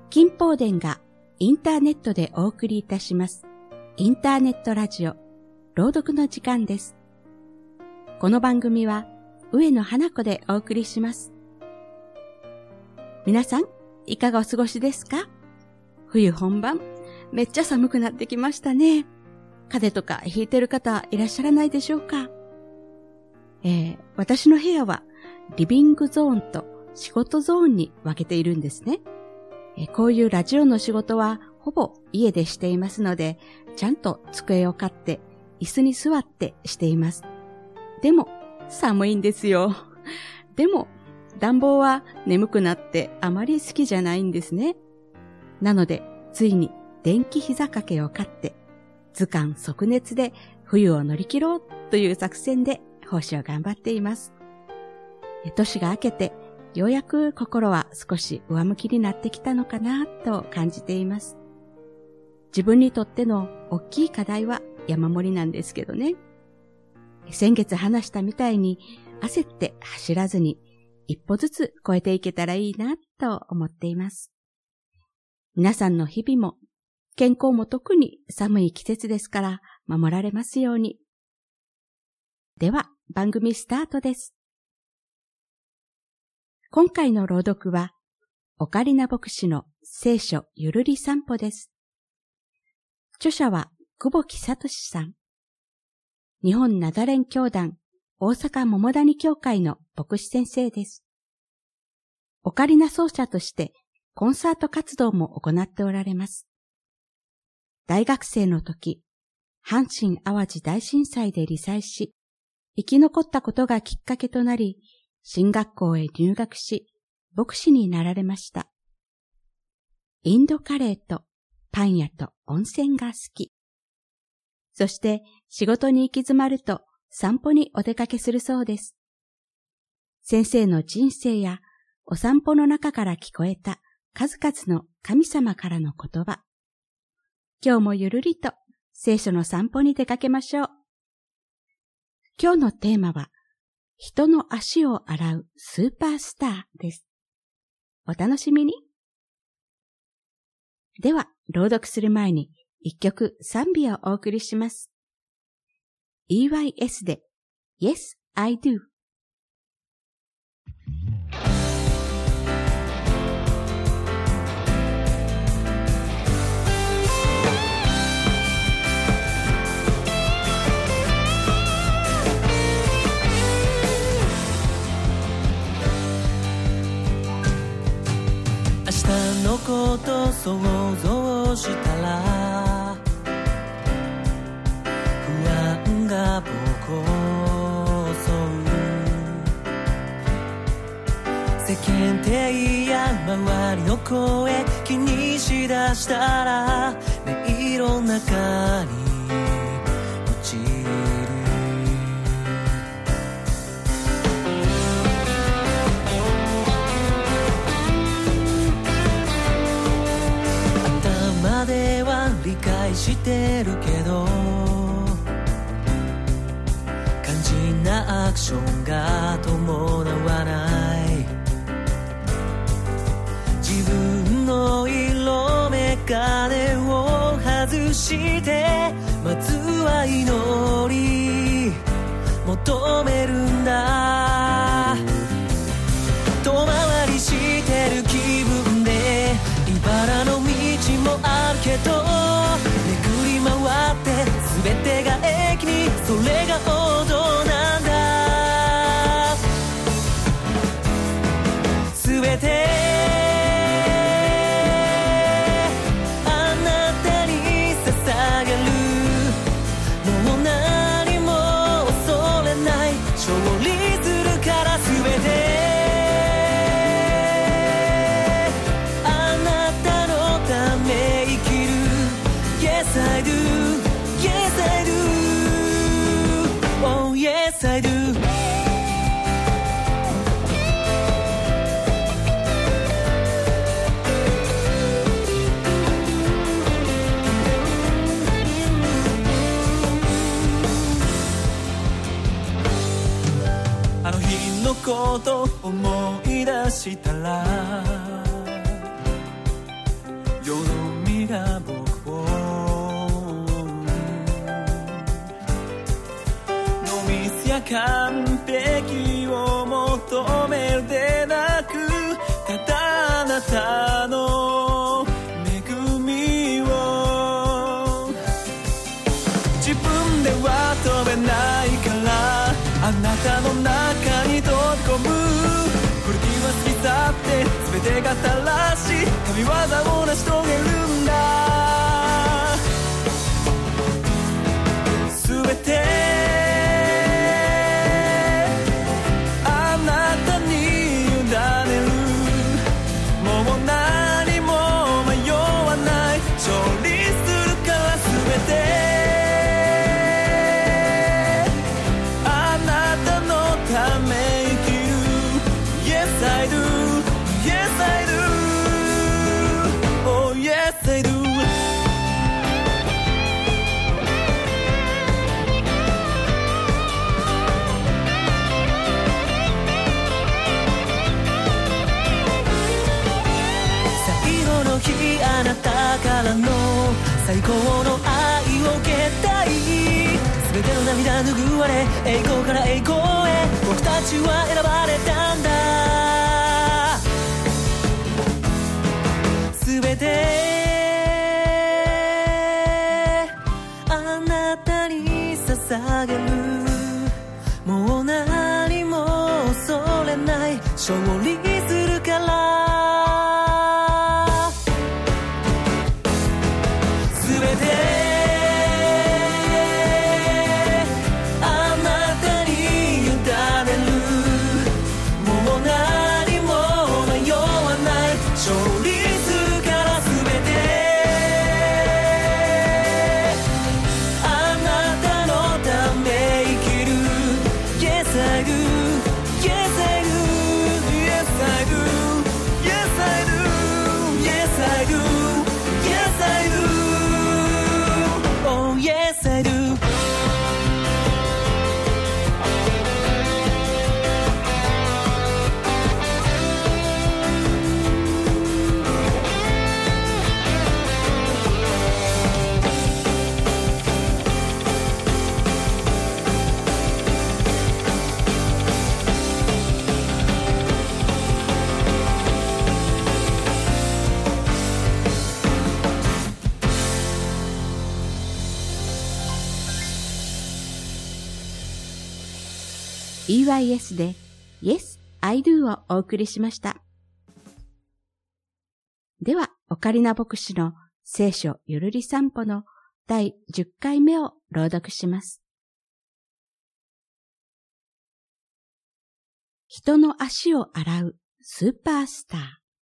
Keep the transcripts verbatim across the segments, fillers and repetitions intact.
金宝殿がインターネットでお送りいたしますインターネットラジオ朗読の時間です。この番組は上野花子でお送りします。皆さんいかがお過ごしですか？冬本番めっちゃ寒くなってきましたね。風邪とかひいてる方いらっしゃらないでしょうか？えー、私の部屋はリビングゾーンと仕事ゾーンに分けているんですね。えー、こういうラジオの仕事はほぼ家でしていますので、ちゃんと机を買って椅子に座ってしています。でも寒いんですよ。でも暖房は眠くなってあまり好きじゃないんですね。なのでついに電気膝掛けを買って図鑑即熱で冬を乗り切ろうという作戦で奉仕を頑張っています。年が明けてようやく心は少し上向きになってきたのかなと感じています。自分にとっての大きい課題は山盛りなんですけどね。先月話したみたいに焦って走らずに一歩ずつ越えていけたらいいなと思っています。皆さんの日々も健康も特に寒い季節ですから守られますように。では番組スタートです。今回の朗読はオカリナ牧師の聖書ゆるり散歩です。著者は久保木聡さん。日本ナザレン教団大阪桃谷教会の牧師先生です。オカリナ奏者としてコンサート活動も行っておられます。大学生の時、阪神淡路大震災で離災し、生き残ったことがきっかけとなり、進学校へ入学し、牧師になられました。インドカレーとパン屋と温泉が好き。そして仕事に行き詰まると散歩にお出かけするそうです。先生の人生やお散歩の中から聞こえた数々の神様からの言葉。今日もゆるりと聖書の散歩に出かけましょう。今日のテーマは、人の足を洗うスーパースターです。お楽しみに。では、朗読する前に一曲賛美をお送りします。イーワイエス で Yes, I Do。 明日のこと想像したら不安が僕を襲う。世間体や周りの声気にしだしたら音色の中に落ちる。では理解してるけど肝心なアクションが伴わない。自分の色眼鏡を外してまずは祈り求めるんだ。遠回りしてる気分で茨の道もあるけど巡り回って全てが駅にそれが王道なんだ。全てあなたに捧げる。もう何も恐れない勝利するから全てYes I do, yes I do, oh yes I do。 あの日のこと思い出したら完璧を求めるでなく、ただあなたの恵みを。自分では飛べないからあなたの中に飛び込む。古きは過ぎ去って全てが正しい神業を成し遂げるんだ。全てあなたに委ねる。もう何も迷わない。勝利するから全てあなたのため生きる。 Yes I do Yes I do Oh yes I do。あなたからの最高の愛を受けたい。全ての涙拭われ栄光から栄光へ僕たちは選ばれたんだ。全てあなたに捧げる。もう何も恐れない。勝利するからイーワイエス で Yes, I do をお送りしました。では、オカリナ牧師の聖書ゆるり散歩のだいじゅっかいめを朗読します。人の足を洗うスーパースター。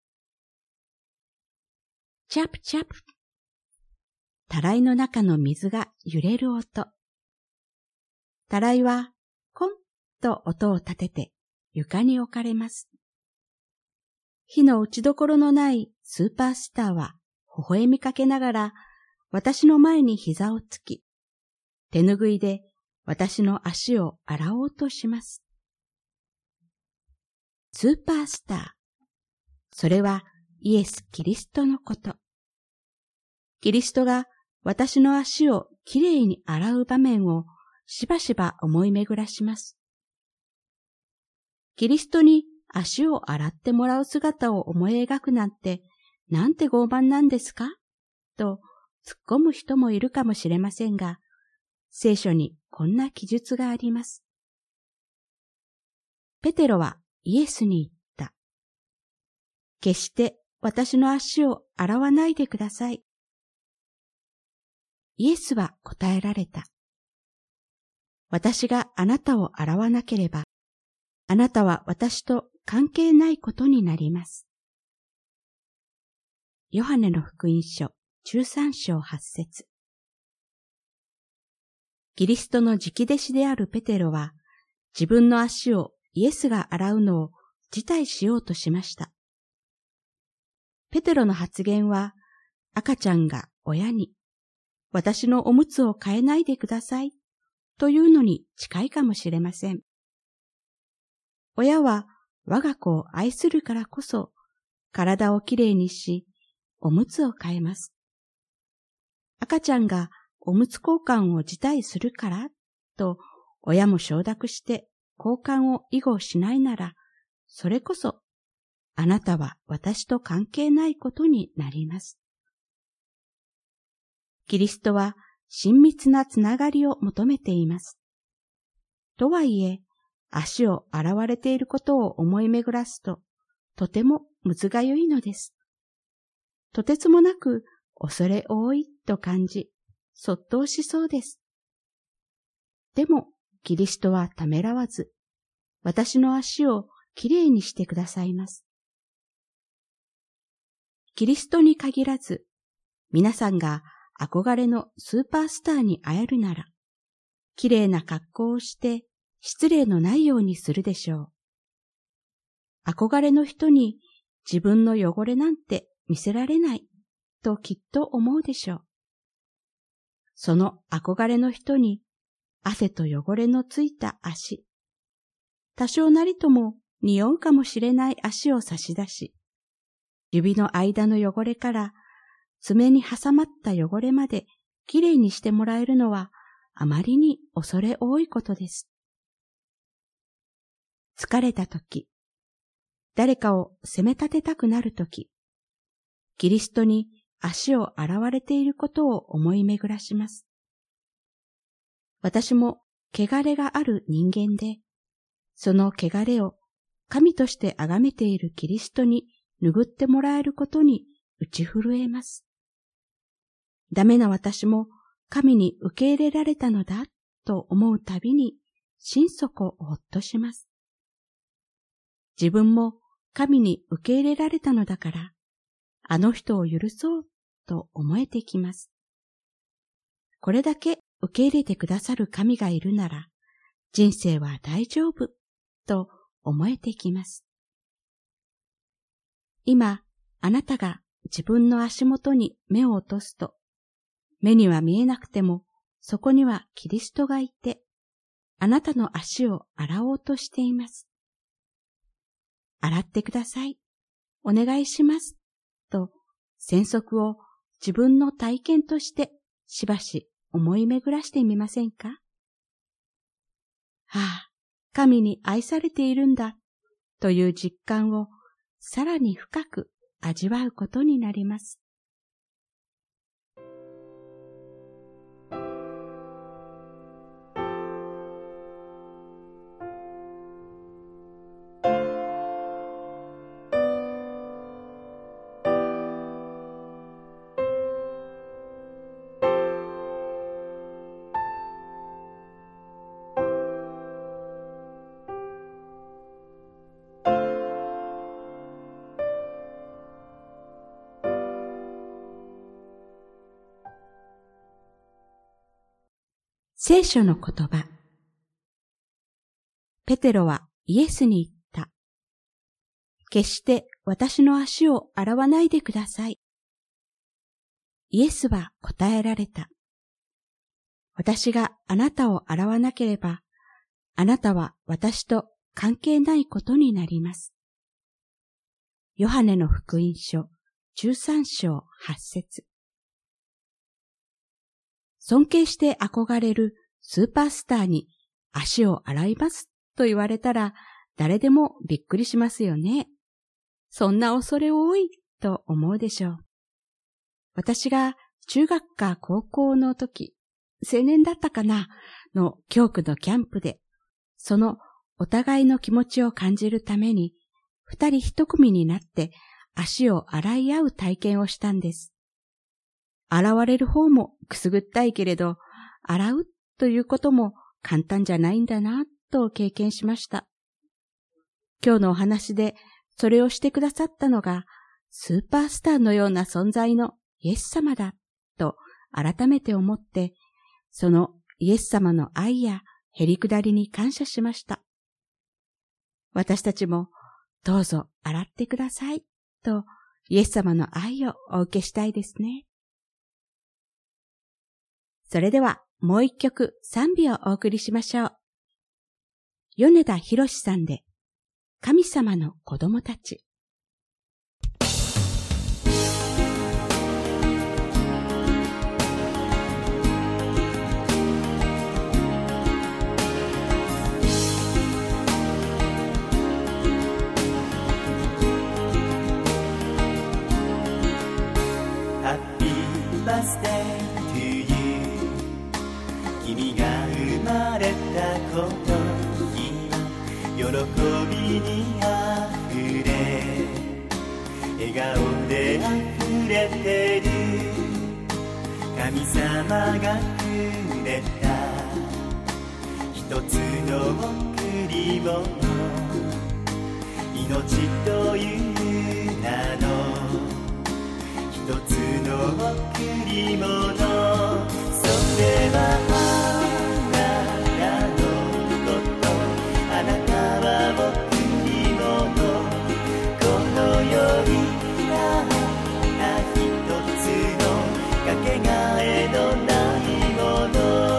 チャプチャプ。たらいの中の水が揺れる音。たらいはコンと音を立てて床に置かれます。火の打ちどころのないスーパースターは微笑みかけながら私の前に膝をつき、手ぬぐいで私の足を洗おうとします。スーパースター。それはイエス・キリストのこと。キリストが私の足をきれいに洗う場面をしばしば思い巡らします。キリストに足を洗ってもらう姿を思い描くなんて、なんて傲慢なんですかと突っ込む人もいるかもしれませんが、聖書にこんな記述があります。ペテロはイエスに言った。決して私の足を洗わないでください。イエスは答えられた。私があなたを洗わなければ、あなたは私と関係ないことになります。ヨハネの福音書じゅうさん章はち節。キリストの直弟子であるペテロは、自分の足をイエスが洗うのを辞退しようとしました。ペテロの発言は、赤ちゃんが親に、私のおむつを変えないでください、というのに近いかもしれません。親は我が子を愛するからこそ、体をきれいにし、おむつを変えます。赤ちゃんがおむつ交換を辞退するから、と親も承諾して交換を以後しないなら、それこそあなたは私と関係ないことになります。キリストは親密なつながりを求めています。とはいえ、足を洗われていることを思い巡らすと、とてもむずがゆいのです。とてつもなく恐れ多いと感じ、そっとしそうです。でも、キリストはためらわず、私の足をきれいにしてくださいます。キリストに限らず、皆さんが憧れのスーパースターに会えるなら、きれいな格好をして失礼のないようにするでしょう。憧れの人に自分の汚れなんて見せられないときっと思うでしょう。その憧れの人に汗と汚れのついた足、多少なりとも匂うかもしれない足を差し出し、指の間の汚れから爪に挟まった汚れまできれいにしてもらえるのはあまりに恐れ多いことです。疲れたとき、誰かを責め立てたくなるとき、キリストに足を洗われていることを思い巡らします。私も汚れがある人間で、その汚れを神として崇めているキリストに拭ってもらえることに打ち震えます。ダメな私も神に受け入れられたのだと思うたびに心底ほっとします。自分も神に受け入れられたのだから、あの人を許そうと思えてきます。これだけ受け入れてくださる神がいるなら、人生は大丈夫と思えてきます。今、あなたが自分の足元に目を落とすと、目には見えなくても、そこにはキリストがいて、あなたの足を洗おうとしています。洗ってください。お願いします。と、宣測を自分の体験としてしばし思い巡らしてみませんか？はあ、神に愛されているんだという実感をさらに深く味わうことになります。聖書の言葉。ペテロはイエスに言った。決して私の足を洗わないでください。イエスは答えられた。私があなたを洗わなければ、あなたは私と関係ないことになります。ヨハネの福音書じゅうさん章はち節。尊敬して憧れるスーパースターに足を洗いますと言われたら誰でもびっくりしますよね。そんな恐れ多いと思うでしょう。私が中学か高校の時、青年だったかなの教区のキャンプで、そのお互いの気持ちを感じるために二人一組になって足を洗い合う体験をしたんです。洗われる方もくすぐったいけれど、洗うということも簡単じゃないんだなと経験しました。今日のお話でそれをしてくださったのがスーパースターのような存在のイエス様だと改めて思って、そのイエス様の愛やへりくだりに感謝しました。私たちもどうぞ洗ってくださいとイエス様の愛をお受けしたいですね。それではもう一曲賛美をお送りしましょう。米田博さんで神様の子供たち。 birthday to you 君が生まれたこの日は喜びにあふれ笑顔であふれてる神様がくれた一つの贈り物命という名の一つの贈り物それはあなたのことあなたは僕にもこの世にたった一つのかけがえのないもの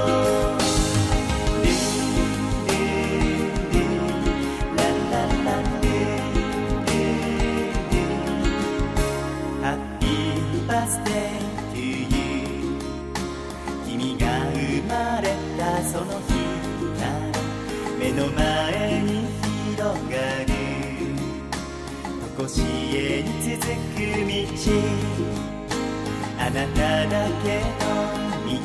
その日から目の前に広がるとこしえに続く道あなただけの道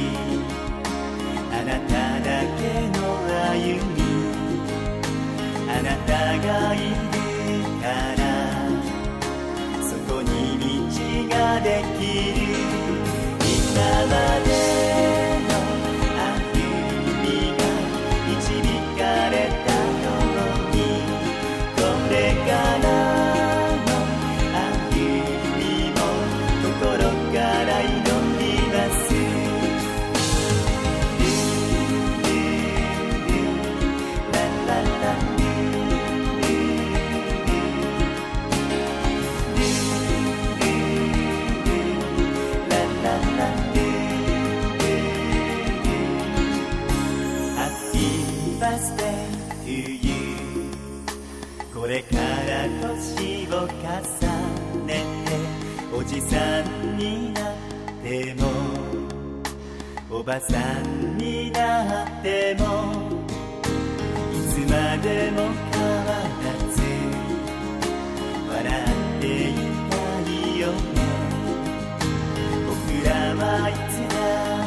あなただけの歩みあなたがいるからそこに道ができる今までこれから年を重ねておじさんになってもおばさんになってもいつまでも変わらず笑っていたいよね僕らはいつだ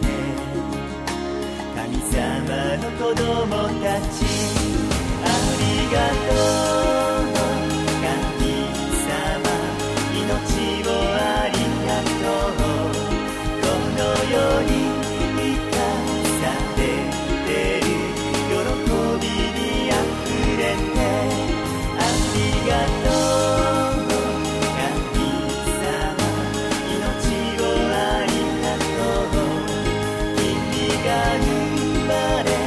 って神様の子供たちありがとう神様命をありがとうこの世に生かされてる喜びにあふれてありがとう神様命をありがとう君が生まれ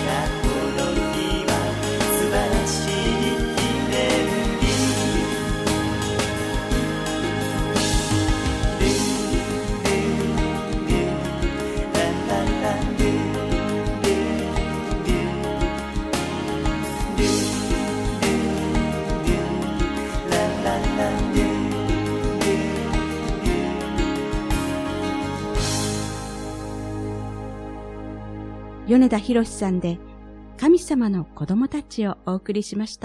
米田博さんで神様の子供たちをお送りしました。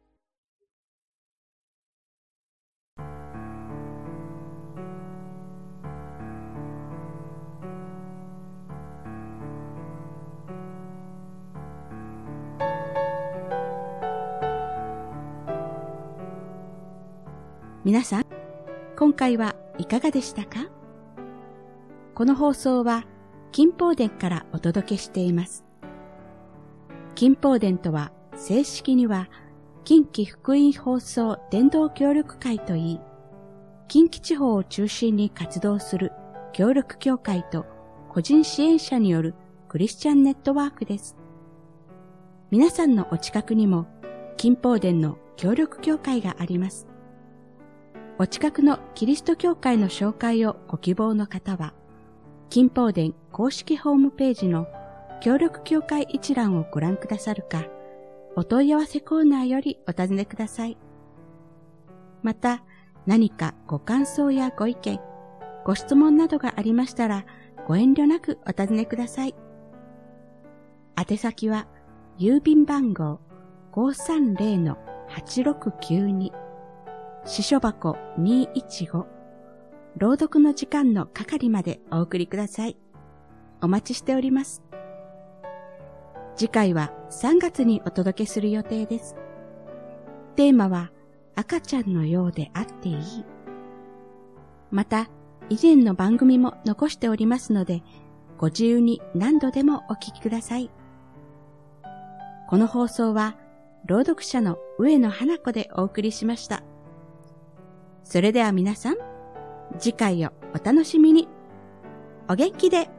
皆さん、今回はいかがでしたか？この放送は金宝殿からお届けしています。金宝殿とは正式には近畿福音放送伝道協力会といい、近畿地方を中心に活動する協力協会と個人支援者によるクリスチャンネットワークです。皆さんのお近くにも金宝殿の協力協会があります。お近くのキリスト教会の紹介をご希望の方は、金宝殿公式ホームページの協力協会一覧をご覧くださるか、お問い合わせコーナーよりお尋ねください。また、何かご感想やご意見、ご質問などがありましたら、ご遠慮なくお尋ねください。宛先は、郵便番号 ごーさんぜろのはちろくきゅうに、支所箱にーいちご朗読の時間の係までお送りください。お待ちしております。次回はさんがつにお届けする予定です。テーマは赤ちゃんのようであっていい。また、以前の番組も残しておりますので、ご自由に何度でもお聞きください。この放送は、朗読者の上野花子でお送りしました。それでは皆さん、次回をお楽しみに。お元気で。